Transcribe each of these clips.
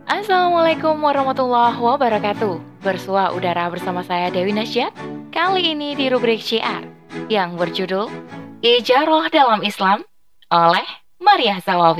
Assalamualaikum warahmatullahi wabarakatuh. Bersua udara bersama saya Dewi Nasyad. Kali ini di rubrik syiar yang berjudul Ijarah dalam Islam oleh Maria Zawawi.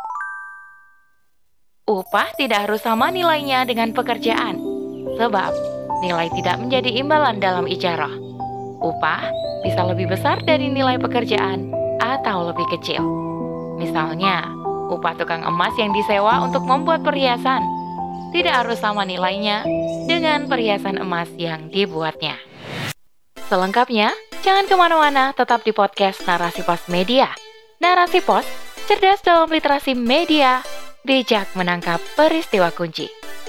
Upah tidak harus sama nilainya dengan pekerjaan, sebab nilai tidak menjadi imbalan dalam ijarah. Upah bisa lebih besar dari nilai pekerjaan atau lebih kecil. Misalnya, upah tukang emas yang disewa untuk membuat perhiasan tidak harus sama nilainya dengan perhiasan emas yang dibuatnya. Selengkapnya, jangan kemana-mana, tetap di podcast Narasi Pos Media. Narasi Pos, cerdas dalam literasi media, bijak menangkap peristiwa kunci.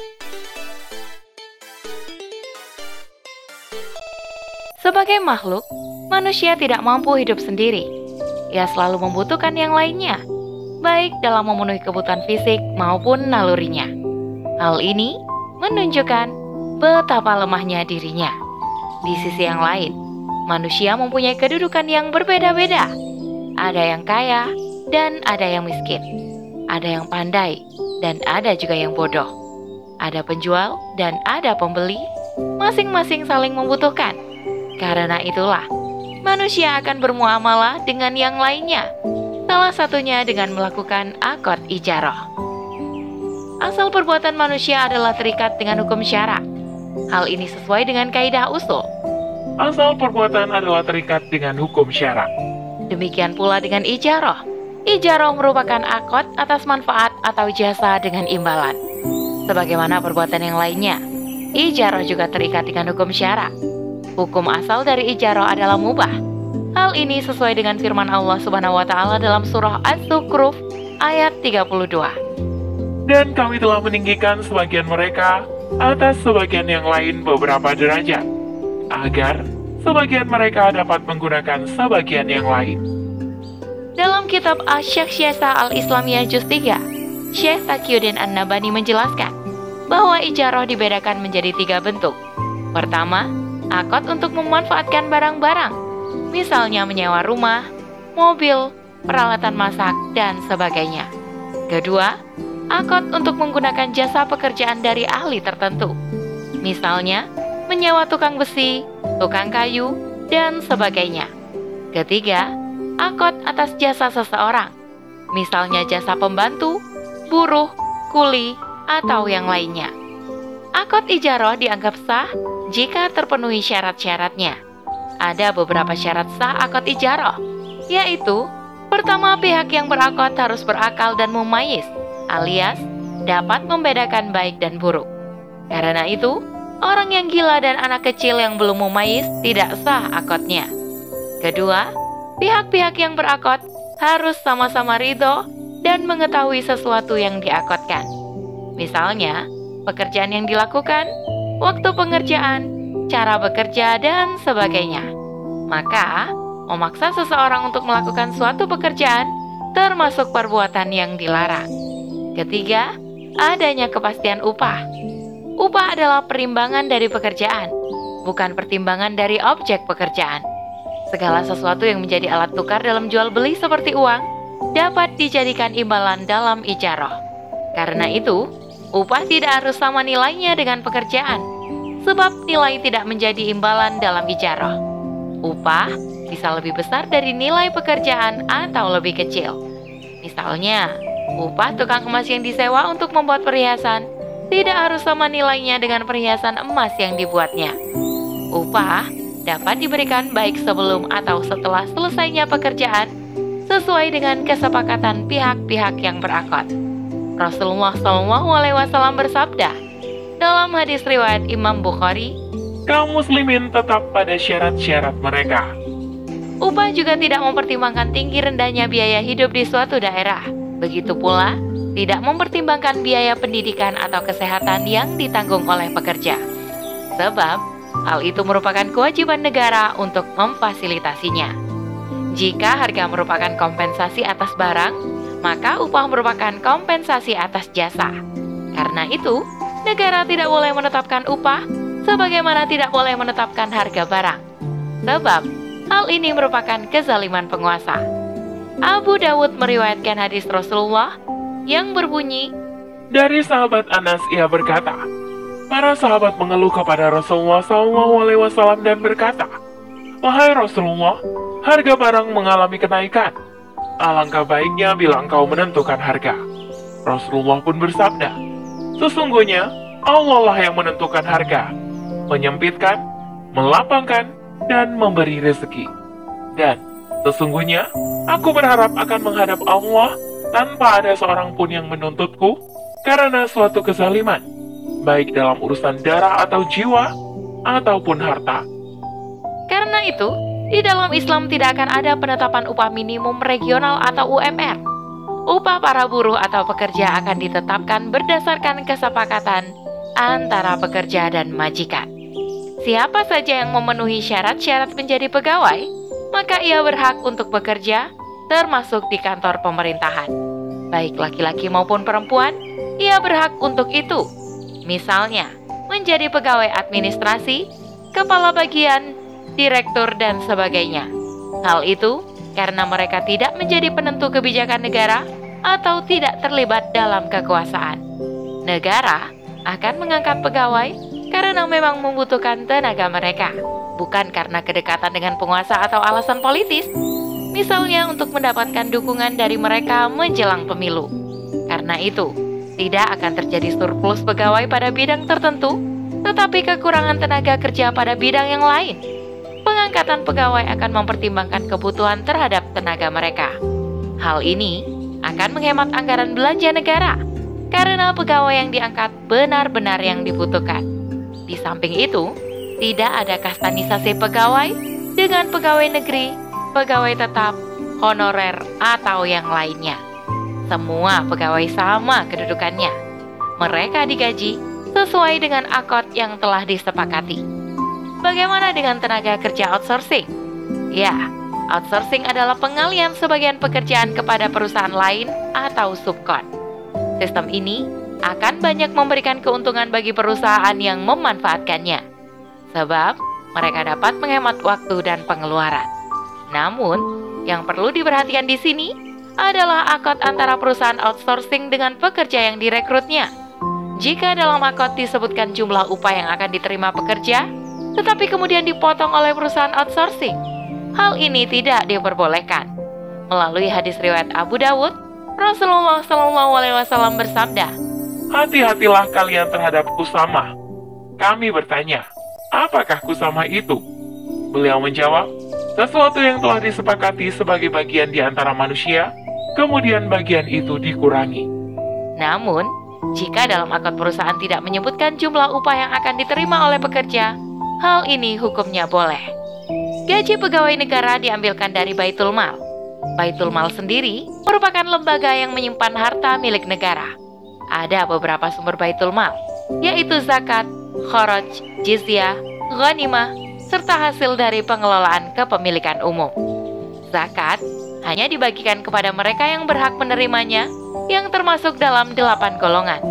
Sebagai makhluk, manusia tidak mampu hidup sendiri. Ia selalu membutuhkan yang lainnya, baik dalam memenuhi kebutuhan fisik maupun nalurinya. Hal ini menunjukkan betapa lemahnya dirinya. Di sisi yang lain, manusia mempunyai kedudukan yang berbeda-beda. Ada yang kaya dan ada yang miskin. Ada yang pandai dan ada juga yang bodoh. Ada penjual dan ada pembeli, masing-masing saling membutuhkan. Karena itulah, manusia akan bermuamalah dengan yang lainnya. Salah satunya dengan melakukan akad ijarah. Asal perbuatan manusia adalah terikat dengan hukum syara. Hal ini sesuai dengan kaidah usul. Asal perbuatan adalah terikat dengan hukum syara. Demikian pula dengan ijarah. Ijarah merupakan akad atas manfaat atau jasa dengan imbalan. Sebagaimana perbuatan yang lainnya, ijarah juga terikat dengan hukum syara. Hukum asal dari ijarah adalah mubah. Hal ini sesuai dengan firman Allah Subhanahu wa taala dalam surah Az-Zukhruf ayat 32. Dan kami telah meninggikan sebagian mereka atas sebagian yang lain beberapa derajat, agar sebagian mereka dapat menggunakan sebagian yang lain. Dalam kitab Asy-Syakhsyiyyah Al-Islamiyah Juz 3, Syekh Taqiyuddin An-Nabhani menjelaskan bahwa ijarah dibedakan menjadi 3 bentuk. Pertama, akad untuk memanfaatkan barang-barang, misalnya menyewa rumah, mobil, peralatan masak, dan sebagainya. Kedua, akad untuk menggunakan jasa pekerjaan dari ahli tertentu, misalnya menyewa tukang besi, tukang kayu, dan sebagainya. Ketiga, akad atas jasa seseorang, misalnya jasa pembantu, buruh, kuli, atau yang lainnya. Akad ijarah dianggap sah jika terpenuhi syarat-syaratnya. Ada beberapa syarat sah akad ijarah, yaitu pertama, pihak yang berakad harus berakal dan mumayyiz, alias dapat membedakan baik dan buruk. Karena itu, orang yang gila dan anak kecil yang belum mumayyiz tidak sah akadnya. Kedua, pihak-pihak yang berakad harus sama-sama ridho dan mengetahui sesuatu yang diakadkan. Misalnya, pekerjaan yang dilakukan, waktu pengerjaan, cara bekerja, dan sebagainya. Maka, memaksa seseorang untuk melakukan suatu pekerjaan termasuk perbuatan yang dilarang. Ketiga, adanya kepastian upah. Upah adalah perimbangan dari pekerjaan, bukan pertimbangan dari objek pekerjaan. Segala sesuatu yang menjadi alat tukar dalam jual beli seperti uang dapat dijadikan imbalan dalam ijarah. Karena itu, upah tidak harus sama nilainya dengan pekerjaan, sebab nilai tidak menjadi imbalan dalam ijarah. Upah bisa lebih besar dari nilai pekerjaan atau lebih kecil. Misalnya, upah tukang emas yang disewa untuk membuat perhiasan tidak harus sama nilainya dengan perhiasan emas yang dibuatnya. Upah dapat diberikan baik sebelum atau setelah selesainya pekerjaan sesuai dengan kesepakatan pihak-pihak yang berakad. Rasulullah SAW bersabda dalam hadis riwayat Imam Bukhari, Kaum muslimin tetap pada syarat-syarat mereka. upah juga tidak mempertimbangkan tinggi rendahnya biaya hidup di suatu daerah. Begitu pula, tidak mempertimbangkan biaya pendidikan atau kesehatan yang ditanggung oleh pekerja. Sebab, hal itu merupakan kewajiban negara untuk memfasilitasinya. Jika harga merupakan kompensasi atas barang, maka upah merupakan kompensasi atas jasa. Karena itu, negara tidak boleh menetapkan upah sebagaimana tidak boleh menetapkan harga barang. Sebab, hal ini merupakan kezaliman penguasa. Abu Dawud meriwayatkan hadis Rasulullah yang berbunyi, Dari sahabat Anas ia berkata, para sahabat mengeluh kepada Rasulullah SAW dan berkata, "Wahai Rasulullah, harga barang mengalami kenaikan. Alangkah baiknya bila engkau menentukan harga." Rasulullah pun bersabda, "Sesungguhnya Allah lah yang menentukan harga, menyempitkan, melapangkan, dan memberi rezeki. Dan sesungguhnya aku berharap akan menghadap Allah tanpa ada seorang pun yang menuntutku karena suatu kezaliman, baik dalam urusan darah atau jiwa, ataupun harta." Karena itu, di dalam Islam tidak akan ada penetapan upah minimum regional atau UMR. Upah para buruh atau pekerja akan ditetapkan berdasarkan kesepakatan antara pekerja dan majikan. Siapa saja yang memenuhi syarat-syarat menjadi pegawai, maka ia berhak untuk bekerja, termasuk di kantor pemerintahan. Baik laki-laki maupun perempuan, ia berhak untuk itu. Misalnya, menjadi pegawai administrasi, kepala bagian, direktur, dan sebagainya. Hal itu karena mereka tidak menjadi penentu kebijakan negara atau tidak terlibat dalam kekuasaan. Negara akan mengangkat pegawai karena memang membutuhkan tenaga mereka, bukan karena kedekatan dengan penguasa atau alasan politis. Misalnya untuk mendapatkan dukungan dari mereka menjelang pemilu. Karena itu, tidak akan terjadi surplus pegawai pada bidang tertentu, tetapi kekurangan tenaga kerja pada bidang yang lain. Pengangkatan pegawai akan mempertimbangkan kebutuhan terhadap tenaga mereka. Hal ini akan menghemat anggaran belanja negara, karena pegawai yang diangkat benar-benar yang dibutuhkan. Di samping itu, tidak ada kastanisasi pegawai dengan pegawai negeri, pegawai tetap, honorer, atau yang lainnya. Semua pegawai sama kedudukannya. Mereka digaji sesuai dengan akad yang telah disepakati. Bagaimana dengan tenaga kerja outsourcing? Ya, outsourcing adalah pengalihan sebagian pekerjaan kepada perusahaan lain atau subkon. Sistem ini akan banyak memberikan keuntungan bagi perusahaan yang memanfaatkannya, sebab mereka dapat menghemat waktu dan pengeluaran. Namun, yang perlu diperhatikan di sini adalah akad antara perusahaan outsourcing dengan pekerja yang direkrutnya. Jika dalam akad disebutkan jumlah upah yang akan diterima pekerja, tetapi kemudian dipotong oleh perusahaan outsourcing, hal ini tidak diperbolehkan. Melalui hadis riwayat Abu Dawud, Rasulullah SAW bersabda, "Hati-hatilah kalian terhadap Kusama." Kami bertanya, "Apakah Kusama itu?" Beliau menjawab, "Sesuatu yang telah disepakati sebagai bagian di antara manusia, kemudian bagian itu dikurangi." Namun, jika dalam akad perusahaan tidak menyebutkan jumlah upah yang akan diterima oleh pekerja, hal ini hukumnya boleh. Gaji pegawai negara diambilkan dari Baitul Mal. Baitul Mal sendiri merupakan lembaga yang menyimpan harta milik negara. Ada beberapa sumber Baitul Mal, yaitu zakat, kharaj, jizyah, ghanimah, serta hasil dari pengelolaan kepemilikan umum. Zakat hanya dibagikan kepada mereka yang berhak menerimanya, yang termasuk dalam 8 golongan.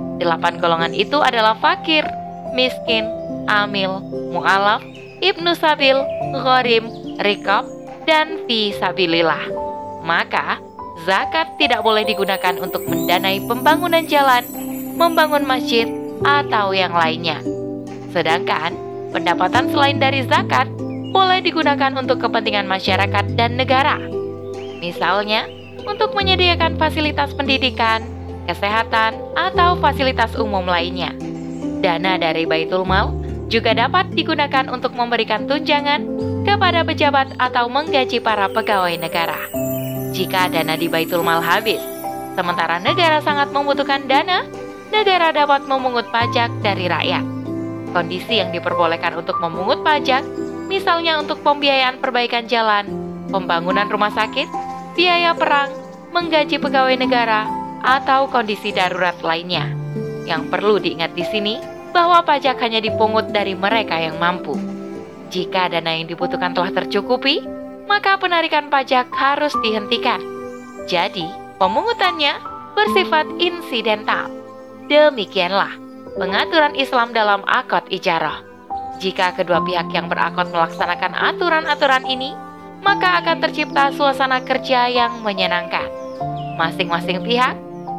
8 golongan itu adalah fakir, miskin, amil, mu'alaf, ibnu sabil, gharim, rikab, dan fi sabilillah. Maka, zakat tidak boleh digunakan untuk mendanai pembangunan jalan, membangun masjid, atau yang lainnya. Sedangkan, pendapatan selain dari zakat boleh digunakan untuk kepentingan masyarakat dan negara. Misalnya, untuk menyediakan fasilitas pendidikan, kesehatan, atau fasilitas umum lainnya. Dana dari Baitul Mal juga dapat digunakan untuk memberikan tunjangan kepada pejabat atau menggaji para pegawai negara. Jika dana di Baitul Mal habis, sementara negara sangat membutuhkan dana, negara dapat memungut pajak dari rakyat. Kondisi yang diperbolehkan untuk memungut pajak, misalnya untuk pembiayaan perbaikan jalan, pembangunan rumah sakit, biaya perang, menggaji pegawai negara, atau kondisi darurat lainnya. Yang perlu diingat di sini, bahwa pajak hanya dipungut dari mereka yang mampu. Jika dana yang dibutuhkan telah tercukupi, maka penarikan pajak harus dihentikan. Jadi, pemungutannya bersifat insidental. Demikianlah pengaturan Islam dalam akad ijarah. Jika kedua pihak yang berakad melaksanakan aturan-aturan ini, maka akan tercipta suasana kerja yang menyenangkan. Masing-masing pihak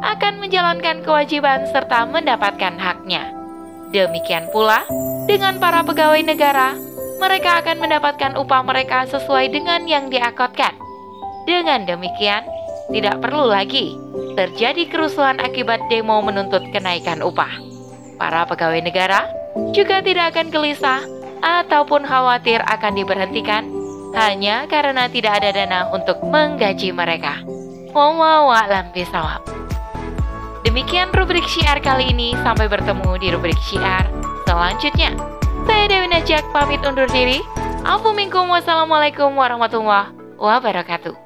akan menjalankan kewajiban serta mendapatkan haknya. Demikian pula dengan para pegawai negara, mereka akan mendapatkan upah mereka sesuai dengan yang diakotkan. Dengan demikian, tidak perlu lagi terjadi kerusuhan akibat demo menuntut kenaikan upah. Para pegawai negara juga tidak akan gelisah ataupun khawatir akan diberhentikan hanya karena tidak ada dana untuk menggaji mereka. Wallahu a'lam bishawab. Demikian rubrik syiar kali ini, sampai bertemu di rubrik syiar selanjutnya. Saya Dewi Najak pamit undur diri. Afu minkum, wassalamualaikum warahmatullahi wabarakatuh.